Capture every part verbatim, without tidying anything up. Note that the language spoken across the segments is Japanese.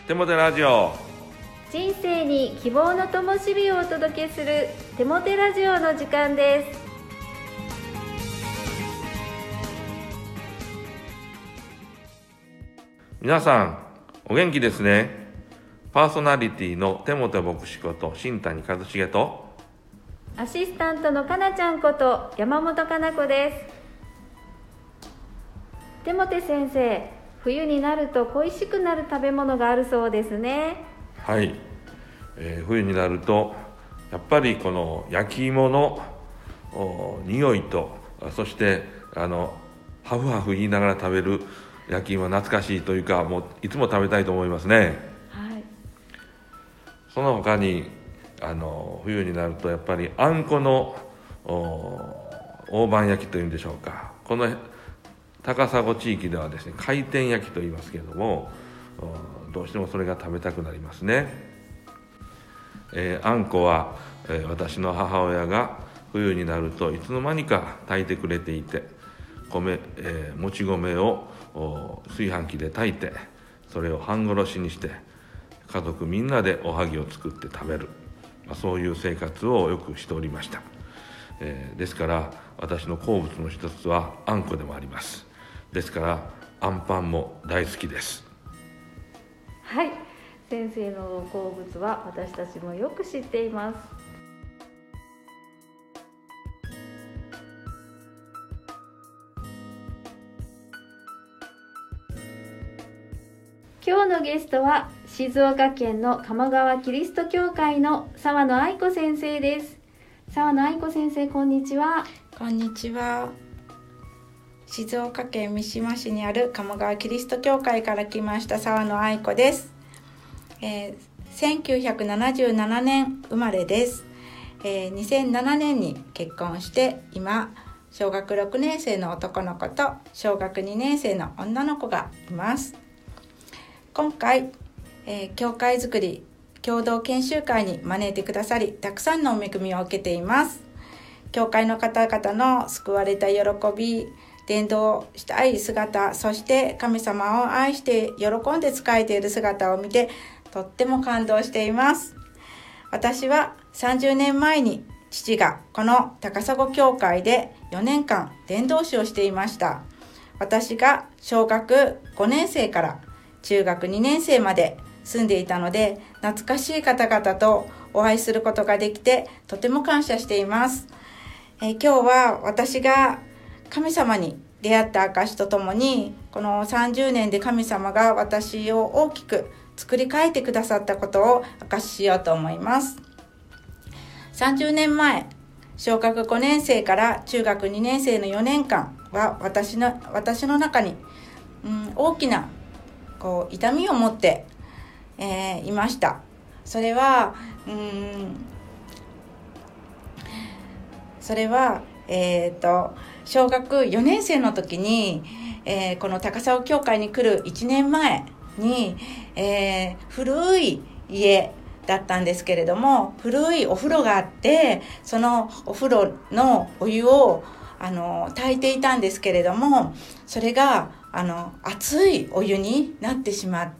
テモテラジオ、 人生に希望の灯火をお届けするテモテラジオの時間です。 皆さんお元気ですね。パーソナリティのテモテ牧師こと新谷和重と、 アシスタントのかなちゃんこと山本かな子です。テモテ先生、冬になると恋しくなる食べ物があるそうですね。 はい、えー、冬になるとやっぱりこの焼き芋の匂いと、そしてあのハフハフ言いながら食べる焼き芋は懐かしいというか、もういつも食べたいと思いますね。 はい、 その他にあの冬になるとやっぱりあんこの大判焼きというんでしょうか、この高砂地域ではですね、回転焼きと言いますけれども、どうしてもそれが食べたくなりますね。えー、あんこは、えー、私の母親が冬になるといつの間にか炊いてくれていて、米、えー、もち米を炊飯器で炊いて、それを半殺しにして家族みんなでおはぎを作って食べる、まあ、そういう生活をよくしておりました。えー、ですから私の好物の一つはあんこでもあります。ですからあんパンも大好きです。 はい、先生の好物は私たちもよく知っています。今日のゲストは静岡県の鴨川キリスト教会の澤野愛子先生です。澤野愛子先生、こんにちは。 こんにちは。静岡県三島市にある鴨川キリスト教会から来ました澤野愛子です。えー、せんきゅうひゃくななじゅうななねん生まれです。えー、にせんななねんに結婚して、今小学ろくねん生の男の子と小学にねん生の女の子がいます。今回、えー、教会づくり共同研修会に招いてくださり、たくさんのお恵みを受けています。教会の方々の救われた喜び、伝道したい姿、そして神様を愛して喜んで仕えている姿を見て、とっても感動しています。私はさんじゅうねんまえに父がこの高砂教会でよねんかん伝道師をしていました。私が小学ごねん生から中学にねん生まで住んでいたので、懐かしい方々とお会いすることができて、とても感謝しています。えー、今日は私が神様に出会った証とともに、このさんじゅうねんで神様が私を大きく作り変えてくださったことを証ししようと思います。さんじゅうねんまえ、小学ごねん生から中学にねん生のよねんかんは私の、私の中に、うん、大きなこう痛みを持って、えー、いました。それは、うーん、それは、えーと、小学よねん生の時に、えー、この高砂教会に来るいちねんまえに、えー、古い家だったんですけれども、古いお風呂があって、そのお風呂のお湯をあの炊いていたんですけれども、それがあの熱いお湯になってしまって、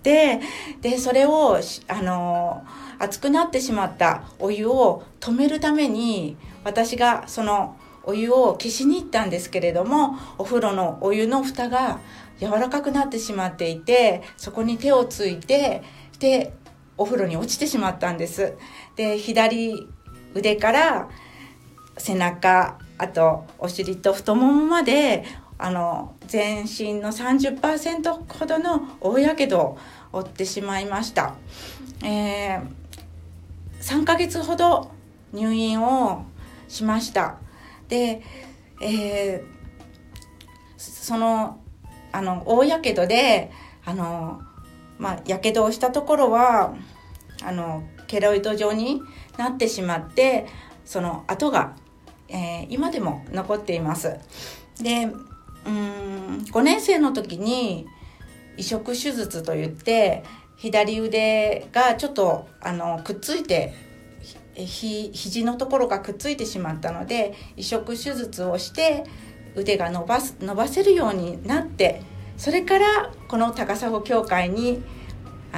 でそれをあの熱くなってしまったお湯を止めるために、私がそのお湯を消しに行ったんですけれども、お風呂のお湯の蓋が柔らかくなってしまっていて、そこに手をついて、でお風呂に落ちてしまったんです。で左腕から背中、あとお尻と太ももまで、あの全身の さんじゅっパーセント ほどの大やけどを負ってしまいました。えー、さんかげつほど入院をしました。で、えー、そのあの大やけどで、あのまあやけどをしたところはあのケロイド状になってしまって、その跡が、えー、今でも残っています。で、うーんごねん生の時に移植手術といって、左腕がちょっとあのくっついて、ひ肘のところがくっついてしまったので、移植手術をして腕が伸ばす伸ばせるようになって、それからこの高砂教会にあ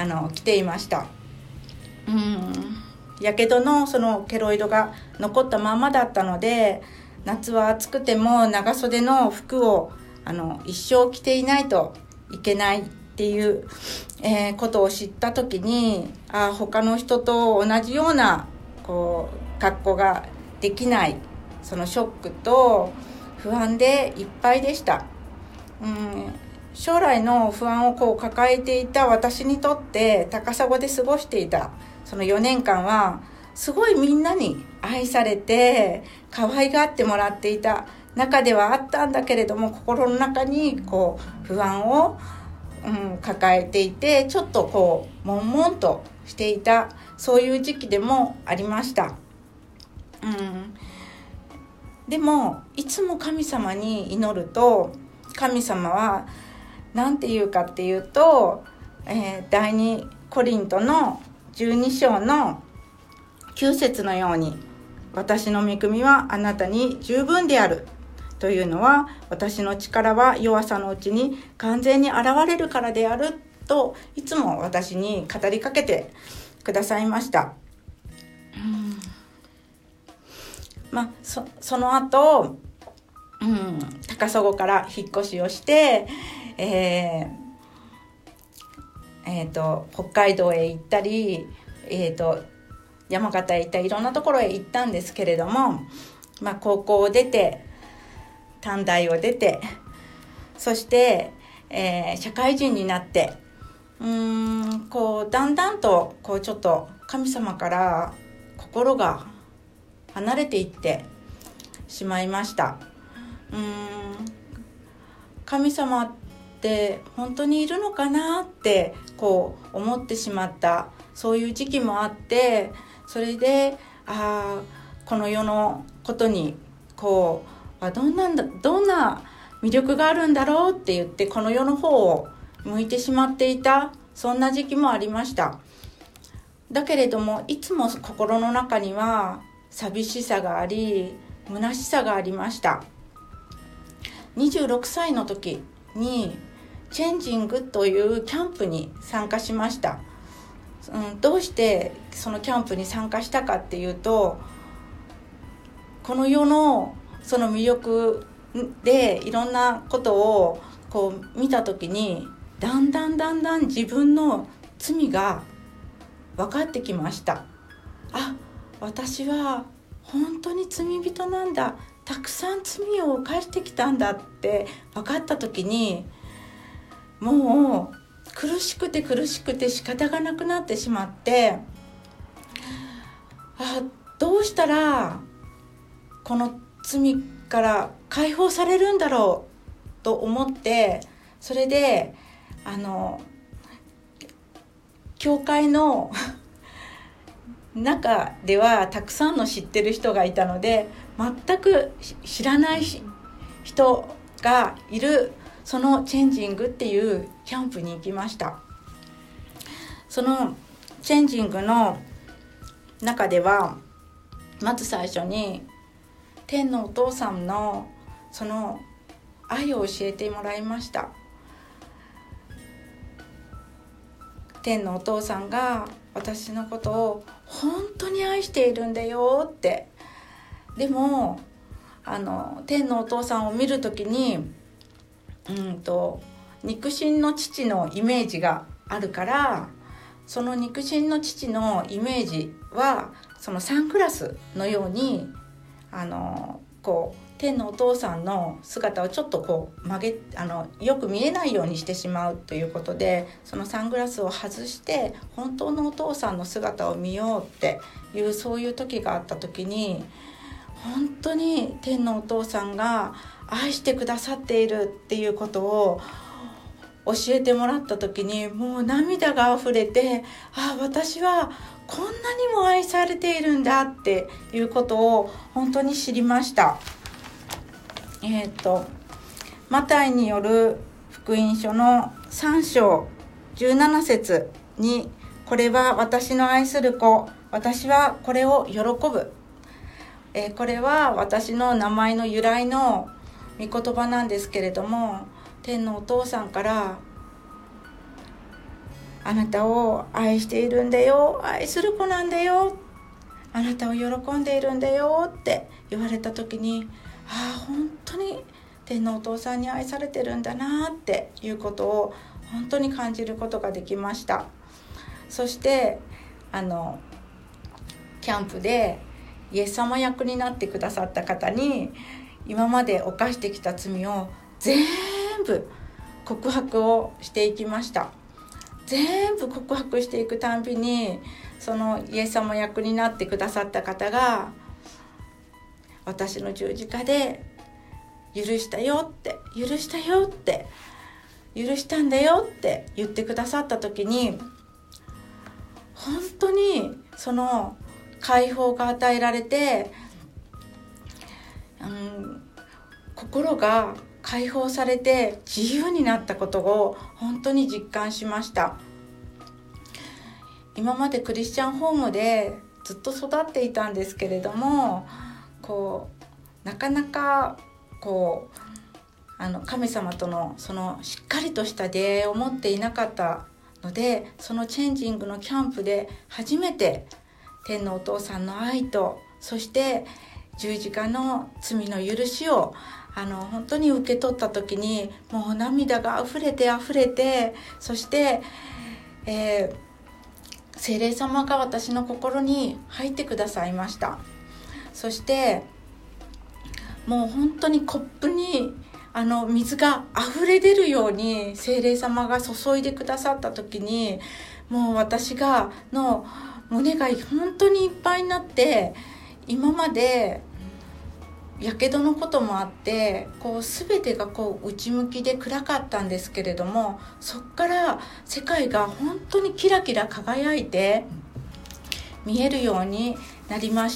あの来ていました。うんやけどのそのケロイドが残ったままだったので、夏は暑くても長袖の服をあの一生着ていないといけないっていう、えー、ことを知った時に、あ他の人と同じようなこう格好ができない、そのショックと不安でいっぱいでした。うん将来の不安をこう抱えていた私にとって、高砂で過ごしていたそのよねんかんはすごいみんなに愛されて可愛がってもらっていた中ではあったんだけれども、心の中にこう不安を、うん、抱えていて、ちょっとこう悶々としていた、そういう時期でもありました。うん、でもいつも神様に祈ると、神様は何て言うかっていうと、えー、第二コリントのじゅうに章のきゅう節のように、私の御国はあなたに十分であるというのは、私の力は弱さのうちに完全に現れるからであると、いつも私に語りかけてくださいました。うんまあ、そ, その後、うん、高砂から引っ越しをして、えーえー、と北海道へ行ったり、えー、と山形へ行ったり、いろんなところへ行ったんですけれども、まあ、高校を出て短大を出て、そして、えー、社会人になって、うーんこうだんだんとこうちょっと神様から心が離れていってしまいました。うーん神様って本当にいるのかなってこう思ってしまった、そういう時期もあって、それであこの世のことにこうあどんなんだどんな魅力があるんだろうって言って、この世の方を向いてしまっていた、そんな時期もありました。だけれどもいつも心の中には寂しさがあり、虚しさがありました。にじゅうろくさいの時にチェンジングというキャンプに参加しました。うん、どうしてそのキャンプに参加したかっていうと、この世のその魅力でいろんなことをこう見た時に、だんだんだんだん自分の罪が分かってきました。あ、私は本当に罪人なんだ、たくさん罪を犯してきたんだって分かった時に、もう苦しくて苦しくて仕方がなくなってしまって、あ、どうしたらこの罪から解放されるんだろうと思って、それであの教会の中ではたくさんの知ってる人がいたので、全く知らない人がいるそのチェンジングっていうキャンプに行きました。そのチェンジングの中では、まず最初に天のお父さんのその愛を教えてもらいました。天のお父さんが私のことを本当に愛しているんだよって。でもあの天のお父さんを見るときに、うんと肉親の父のイメージがあるから、その肉親の父のイメージはそのサングラスのように、あのこう天のお父さんの姿をちょっとこう曲げあのよく見えないようにしてしまうということで、そのサングラスを外して本当のお父さんの姿を見ようっていう、そういう時があった時に、本当に天のお父さんが愛してくださっているっていうことを教えてもらった時に、もう涙があふれて、ああ私はこんなにも愛されているんだっていうことを本当に知りました。えっとマタイによる福音書のさん章じゅうなな節に、これは私の愛する子、私はこれを喜ぶ。えー、これは私の名前の由来の御言葉なんですけれども、天のお父さんからあなたを愛しているんだよ、愛する子なんだよ、あなたを喜んでいるんだよって言われた時に、ああ本当に天のお父さんに愛されてるんだなっていうことを本当に感じることができました。そしてあのキャンプでイエス様役になってくださった方に、今まで犯してきた罪を全部告白をしていきました。全部告白していくたんびに、そのイエス様役になってくださった方が、私の十字架で許したよって許したよって許したんだよって言ってくださった時に、本当にその解放が与えられて、うん、心が解放されて自由になったことを本当に実感しました。今までクリスチャンホームでずっと育っていたんですけれども、こうなかなかこうあの神様とのそのしっかりとした出会いを持っていなかったので、そのチェンジングのキャンプで初めて天のお父さんの愛と、そして十字架の罪の許しをあの本当に受け取った時に、もう涙があふれてあふれて、そして、えー、聖霊様が私の心に入ってくださいました。そしてもう本当にコップにあの水があふれ出るように聖霊様が注いでくださった時に、もう私がの胸が本当にいっぱいになって、今までやけどのこともあって、こう全てがこう内向きで暗かったんですけれども、そっから世界が本当にキラキラ輝いて見えるようになりました。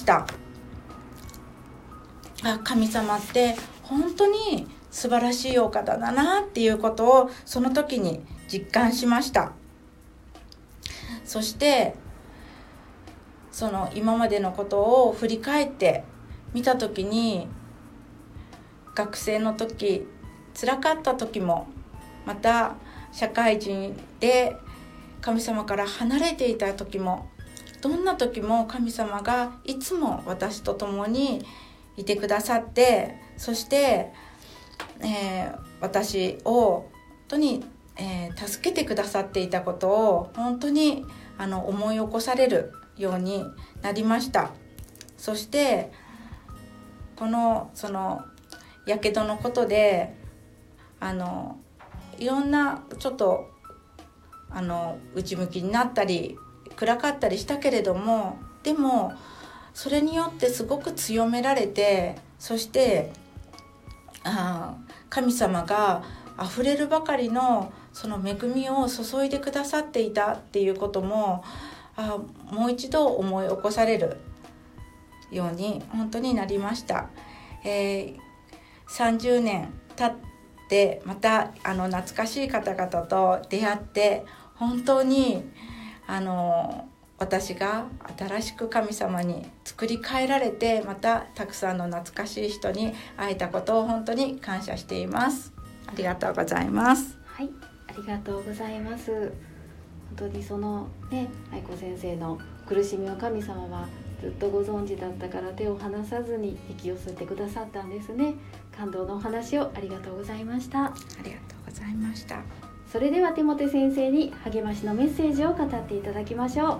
あ、神様って本当に素晴らしいお方だなっていうことをその時に実感しました。そしてその今までのことを振り返って見た時に、学生の時辛かった時も、また社会人で神様から離れていた時も、どんな時も神様がいつも私と共にいてくださって、そして、えー、私を本当に、えー、助けてくださっていたことを本当にあの思い起こされるようになりました。そしてこのそのやけどのことで、あのいろんなちょっとあの内向きになったり暗かったりしたけれども、でもそれによってすごく強められて、そしてあ神様があふれるばかりのその恵みを注いでくださっていたっていうことも、あもう一度思い起こされるように本当になりました。えー、さんじゅうねん経ってまたあの懐かしい方々と出会って、本当にあの私が新しく神様に作り変えられて、またたくさんの懐かしい人に会えたことを本当に感謝しています。ありがとうございます。 はい、ありがとうございます。本当にそのね、愛子先生の苦しみを神様はずっとご存知だったから、手を離さずに引き寄せてくださったんですね。感動のお話をありがとうございました。 ありがとうございました。 それではテモテ先生に励ましのメッセージを語っていただきましょう。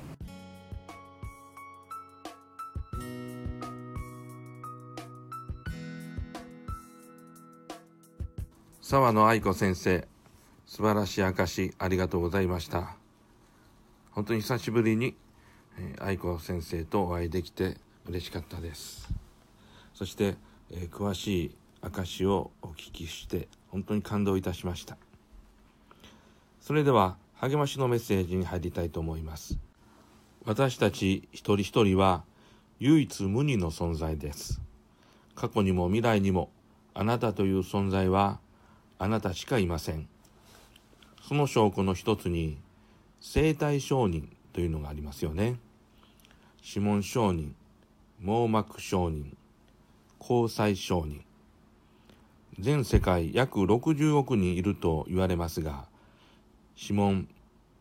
澤野愛子先生、素晴らしい証ありがとうございました。本当に久しぶりに、えー、愛子先生とお会いできて嬉しかったです。そして、えー、詳しい証をお聞きして本当に感動いたしました。それでは励ましのメッセージに入りたいと思います。私たち一人一人は唯一無二の存在です。過去にも未来にもあなたという存在はあなたしかいません。その証拠の一つに生体証人というのがありますよね。指紋証人、網膜証人、虹彩証人。全世界約ろくじゅうおくにんいると言われますが、指紋、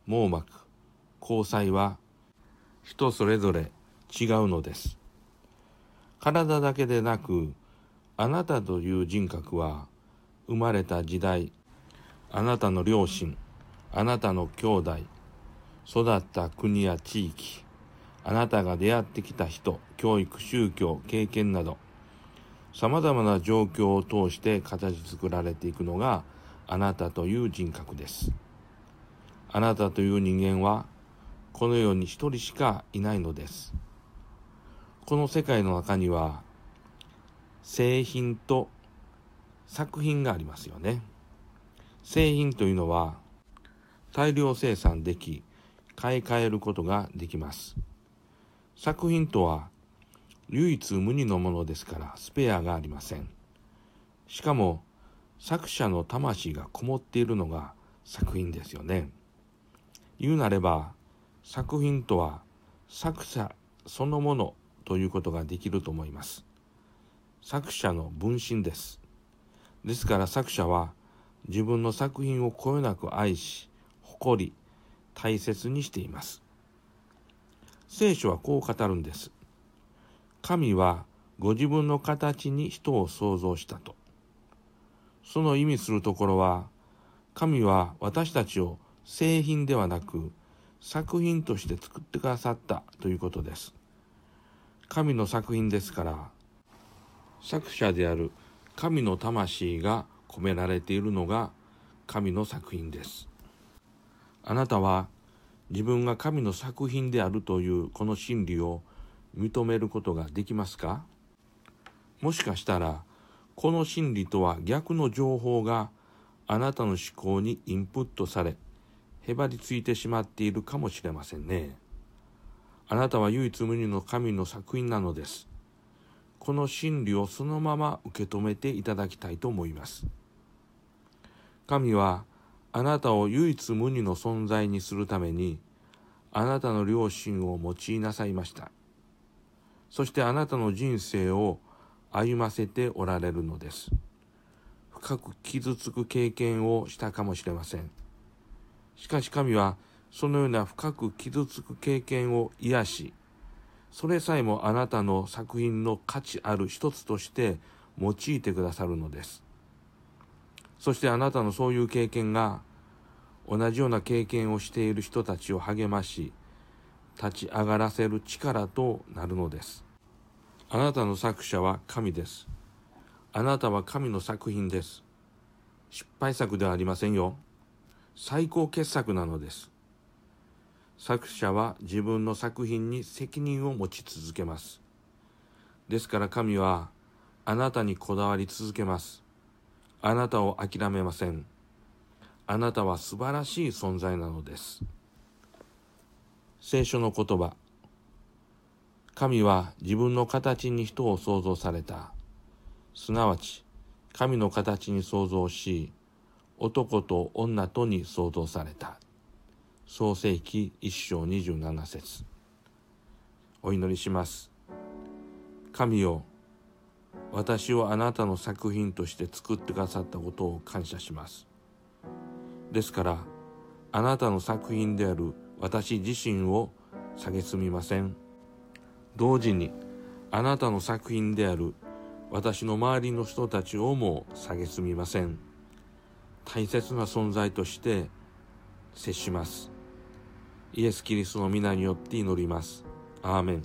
網膜、虹彩は人それぞれ違うのです。体だけでなく、あなたという人格は生まれた時代、あなたの両親、あなたの兄弟、育った国や地域、あなたが出会ってきた人、教育、宗教、経験など、様々な状況を通して形作られていくのがあなたという人格です。あなたという人間はこの世に一人しかいないのです。この世界の中には製品と作品がありますよね。製品というのは大量生産でき、買い替えることができます。作品とは唯一無二のものですからスペアがありません。しかも作者の魂がこもっているのが作品ですよね。言うなれば作品とは作者そのものということができると思います。作者の分身です。ですから作者は自分の作品をこよなく愛し、誇り、大切にしています。聖書はこう語るんです。神はご自分の形に人を創造したと。その意味するところは、神は私たちを製品ではなく作品として作ってくださったということです。神の作品ですから、作者である神の魂が込められているのが神の作品です。あなたは自分が神の作品であるというこの真理を認めることができますか？もしかしたらこの真理とは逆の情報があなたの思考にインプットされ、へばりついてしまっているかもしれませんね。あなたは唯一無二の神の作品なのです。この真理をそのまま受け止めていただきたいと思います。神はあなたを唯一無二の存在にするためにあなたの良心を用いなさいました。そしてあなたの人生を歩ませておられるのです。深く傷つく経験をしたかもしれません。しかし神はそのような深く傷つく経験を癒し、それさえもあなたの作品の価値ある一つとして用いてくださるのです。そしてあなたのそういう経験が同じような経験をしている人たちを励まし、立ち上がらせる力となるのです。あなたの作者は神です。あなたは神の作品です。失敗作ではありませんよ。最高傑作なのです。作者は自分の作品に責任を持ち続けます。ですから神はあなたにこだわり続けます。あなたを諦めません。あなたは素晴らしい存在なのです。聖書の言葉。神は自分の形に人を創造された。すなわち、神の形に創造し、男と女とに創造された。創世記一章二十七節。お祈りします。神よ、私をあなたの作品として作ってくださったことを感謝します。ですから、あなたの作品である私自身を蔑みません。同時に、あなたの作品である私の周りの人たちをも蔑みません。大切な存在として接します。イエス・キリストの皆によって祈ります。アーメン。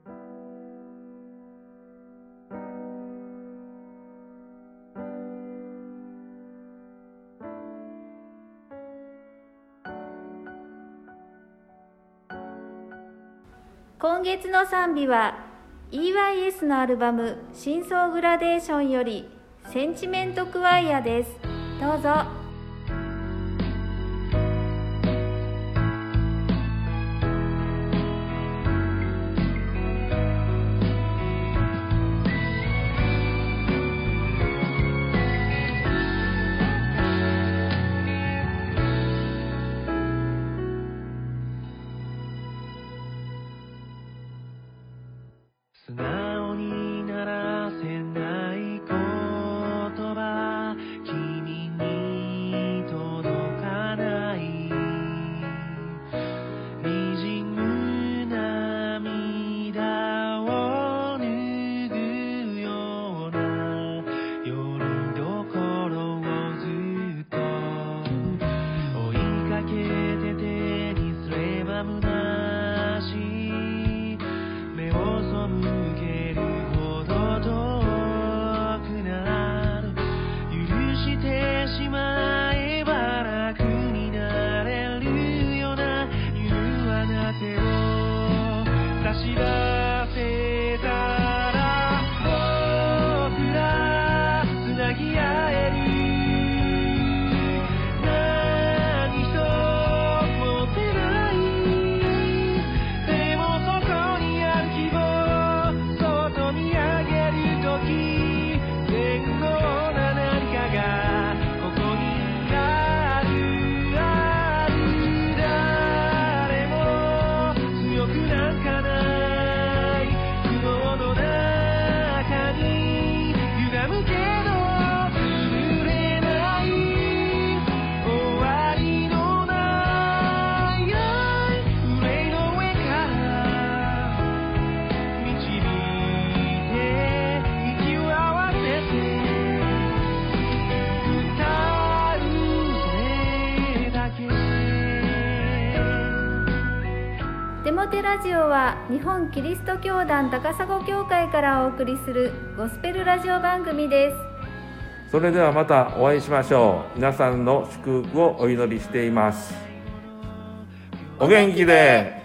今月の賛美は イーワイエス のアルバム「深層グラデーション」より「センチメントクワイア」です。どうぞ。 素直にならせない言葉、君に表ラジオは日本キリスト教団高砂教会からお送りするゴスペルラジオ番組です。 それではまたお会いしましょう。皆さんの祝福をお祈りしています。お元気で。